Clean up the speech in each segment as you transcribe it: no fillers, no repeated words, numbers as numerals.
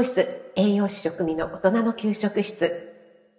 室、栄養士食味の大人の給食室。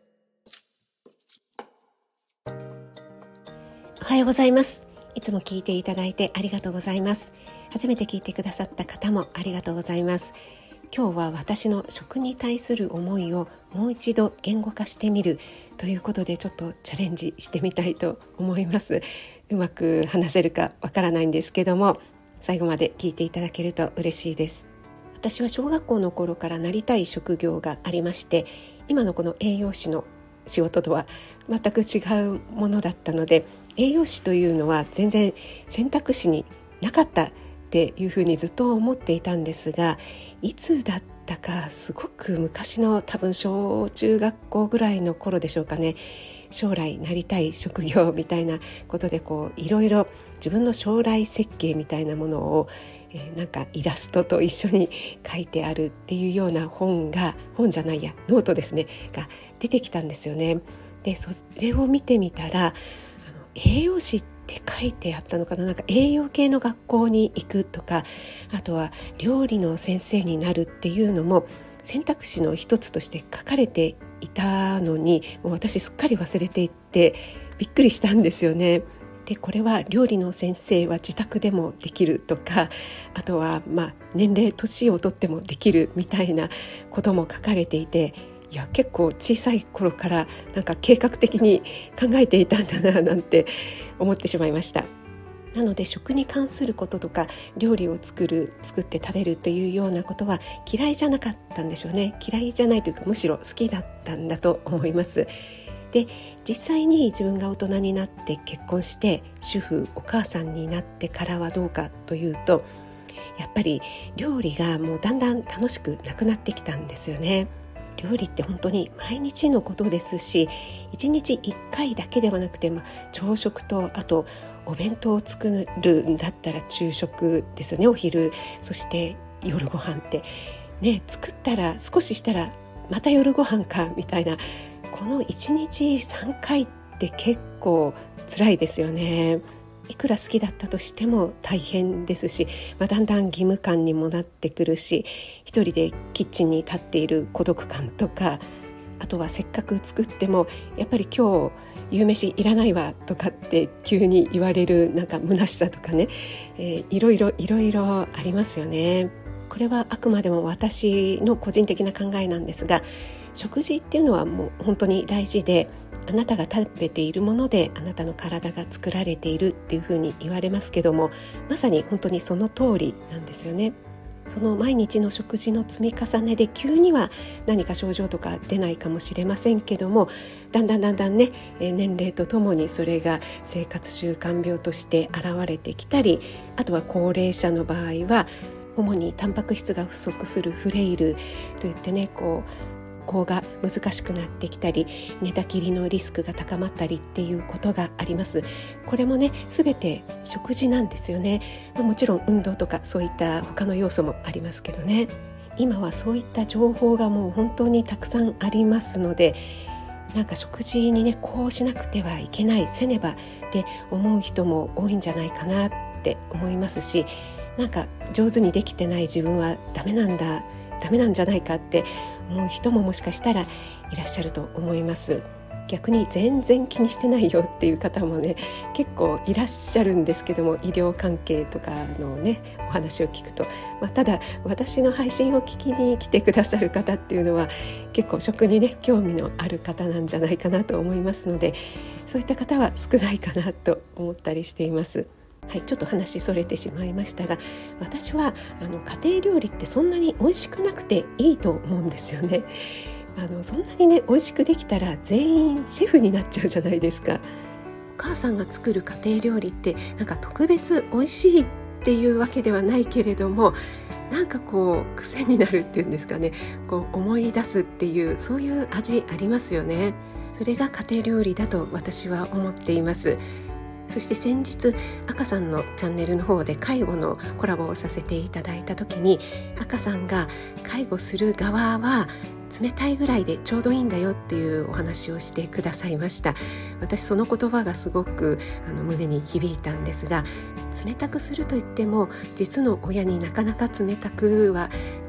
おはようございます。いつも聞いていただいてありがとうございます。初めて聞いてくださった方もありがとうございます。今日は私の食に対する思いをもう一度言語化してみるということで、ちょっとチャレンジしてみたいと思います。うまく話せるかわからないんですけども、最後まで聞いていただけると嬉しいです。私は小学校の頃からなりたい職業がありまして、今のこの栄養士の仕事とは全く違うものだったので、栄養士というのは全然選択肢になかったっていうふうにずっと思っていたんですが、いつだったかすごく昔の多分小中学校ぐらいの頃でしょうかね、将来なりたい職業みたいなことでいろいろ自分の将来設計みたいなものをなんかイラストと一緒に書いてあるっていうようなノートですねが出てきたんですよね。でそれを見てみたら、栄養士って書いてあったのかな、なんか栄養系の学校に行くとか、あとは料理の先生になるっていうのも選択肢の一つとして書かれていたのに、もう私すっかり忘れていてびっくりしたんですよね。でこれは料理の先生は自宅でもできるとか、あとは年をとってもできるみたいなことも書かれていて、いや結構小さい頃からなんか計画的に考えていたんだななんて思ってしまいました。なので食に関することとか、料理を作って食べるというようなことは嫌いじゃなかったんでしょうね。嫌いじゃないというか、むしろ好きだったんだと思います。で実際に自分が大人になって結婚して主婦お母さんになってからはどうかというと、やっぱり料理がもうだんだん楽しくなくなってきたんですよね。料理って本当に毎日のことですし、1日1回だけではなくて、朝食とあとお弁当を作るんだったら昼食ですよね。お昼、そして夜ご飯ってね、作ったら少ししたらまた夜ご飯かみたいな、この1日3回って結構辛いですよね。いくら好きだったとしても大変ですし、だんだん義務感にもなってくるし、一人でキッチンに立っている孤独感とか、あとはせっかく作ってもやっぱり今日夕飯いらないわとかって急に言われるなんか虚しさとかね、いろいろありますよね。これはあくまでも私の個人的な考えなんですが、食事っていうのはもう本当に大事で、あなたが食べているものであなたの体が作られているっていうふうに言われますけども、まさに本当にその通りなんですよね。その毎日の食事の積み重ねで急には何か症状とか出ないかもしれませんけども、だんだんね、年齢とともにそれが生活習慣病として現れてきたり、あとは高齢者の場合は主にタンパク質が不足するフレイルといってね、が難しくなってきたり、寝たきりのリスクが高まったりっていうことがあります。これもね、全て食事なんですよね。もちろん運動とかそういった他の要素もありますけどね。今はそういった情報がもう本当にたくさんありますので、なんか食事にね、こうしなくてはいけない、せねばって思う人も多いんじゃないかなって思いますし、なんか上手にできてない自分はダメなんじゃないかって思う人ももしかしたらいらっしゃると思います。逆に全然気にしてないよっていう方もね、結構いらっしゃるんですけども、医療関係とかのねお話を聞くと、ただ私の配信を聞きに来てくださる方っていうのは結構食にね興味のある方なんじゃないかなと思いますので、そういった方は少ないかなと思ったりしています。はい、ちょっと話それてしまいましたが、私は家庭料理ってそんなに美味しくなくていいと思うんですよね。そんなにね美味しくできたら全員シェフになっちゃうじゃないですか。お母さんが作る家庭料理ってなんか特別美味しいっていうわけではないけれども、なんか癖になるっていうんですかね、思い出すっていう、そういう味ありますよね。それが家庭料理だと私は思っています。そして先日赤さんのチャンネルの方で介護のコラボをさせていただいた時に、赤さんが介護する側は冷たいぐらいでちょうどいいんだよっていうお話をしてくださいました。私その言葉がすごく胸に響いたんですが、冷たくするといっても実の親になかなか冷たくは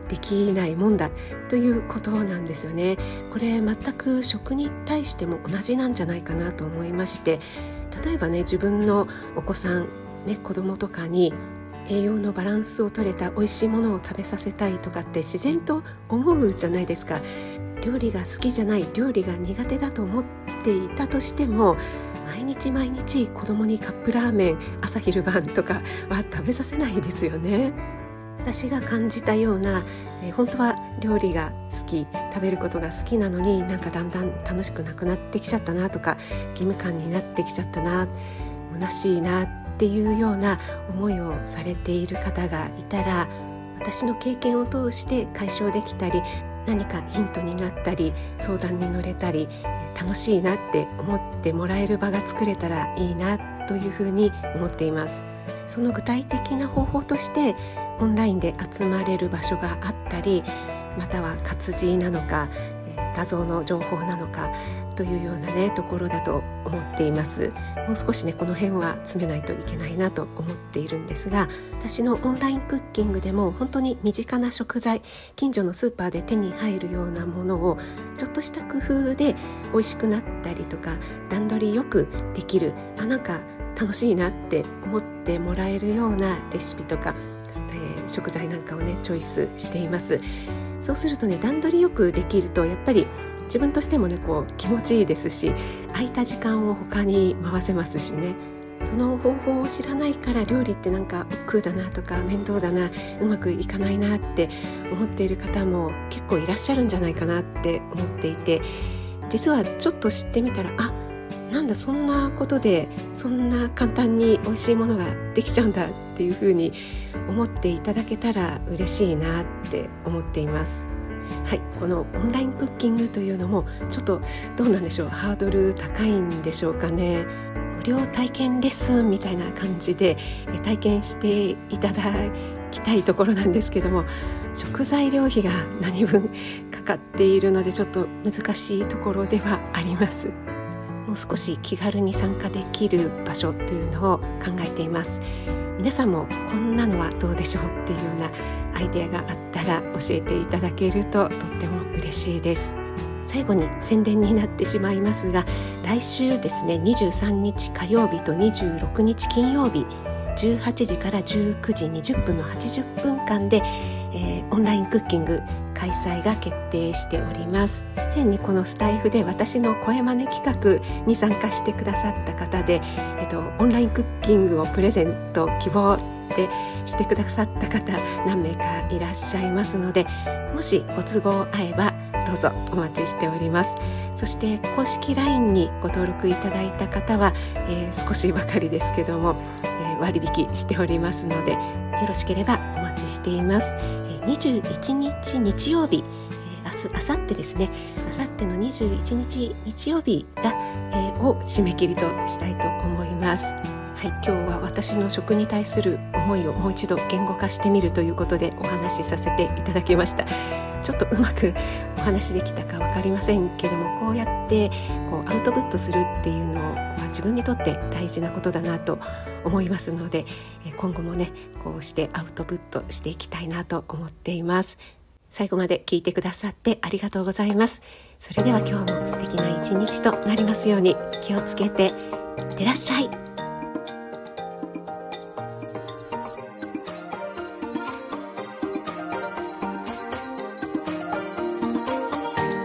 できないもんだということなんですよね。これ全く食に対しても同じなんじゃないかなと思いまして、例えばね、自分のお子さん、子供とかに栄養のバランスを取れた美味しいものを食べさせたいとかって自然と思うじゃないですか。料理が好きじゃない、料理が苦手だと思っていたとしても、毎日毎日子供にカップラーメン朝昼晩とかは食べさせないですよね。私が感じたような、本当は料理が好き、食べることが好きなのに、なんかだんだん楽しくなくなってきちゃったなとか、義務感になってきちゃったな、虚しいなっていうような思いをされている方がいたら、私の経験を通して解消できたり、何かヒントになったり、相談に乗れたり、楽しいなって思ってもらえる場が作れたらいいなというふうに思っています。その具体的な方法として、オンラインで集まれる場所があったり、または活字なのか、画像の情報なのかというようなところだと思っています。もう少しこの辺は詰めないといけないなと思っているんですが、私のオンラインクッキングでも本当に身近な食材、近所のスーパーで手に入るようなものをちょっとした工夫で美味しくなったりとか、段取りよくできる、なんか楽しいなって思ってもらえるようなレシピとか、食材なんかをチョイスしています。そうすると段取りよくできると、やっぱり自分としても気持ちいいですし、空いた時間を他に回せますしね。その方法を知らないから、料理ってなんか億劫だなとか、面倒だな、うまくいかないなって思っている方も結構いらっしゃるんじゃないかなって思っていて、実はちょっと知ってみたら、なんだ、そんなことでそんな簡単に美味しいものができちゃうんだっていうふうに思っていただけたら嬉しいなって思っています。はい、このオンラインクッキングというのもちょっとどうなんでしょう、ハードル高いんでしょうかね。無料体験レッスンみたいな感じで体験していただきたいところなんですけども、食材料費が何分かかっているので、ちょっと難しいところではあります。もう少し気軽に参加できる場所というのを考えています。皆さんもこんなのはどうでしょうっていうようなアイデアがあったら教えていただけるととっても嬉しいです。最後に宣伝になってしまいますが、来週ですね、23日火曜日と26日金曜日、18時から19時20分の80分間で、オンラインクッキング開催が決定しております。以前にこのスタイフで私の声真似企画に参加してくださった方で、オンラインクッキングをプレゼント希望ってしてくださった方何名かいらっしゃいますので、もしご都合合えばどうぞお待ちしております。そして公式 LINE にご登録いただいた方は、少しばかりですけども、割引しておりますので、よろしければお待ちしています。21日日曜日、あさってですね、あさっての21日日曜日を締め切りとしたいと思います。はい、今日は私の食に対する思いをもう一度言語化してみるということでお話しさせていただきました。ちょっとうまくお話できたか分かりませんけども、こうやってアウトプットするっていうのは自分にとって大事なことだなと思いますので、今後もこうしてアウトプットしていきたいなと思っています。最後まで聞いてくださってありがとうございます。それでは今日も素敵な一日となりますように、気をつけていってらっしゃい。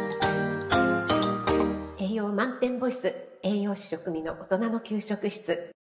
栄養満点ボイス、栄養士食味の大人の給食室。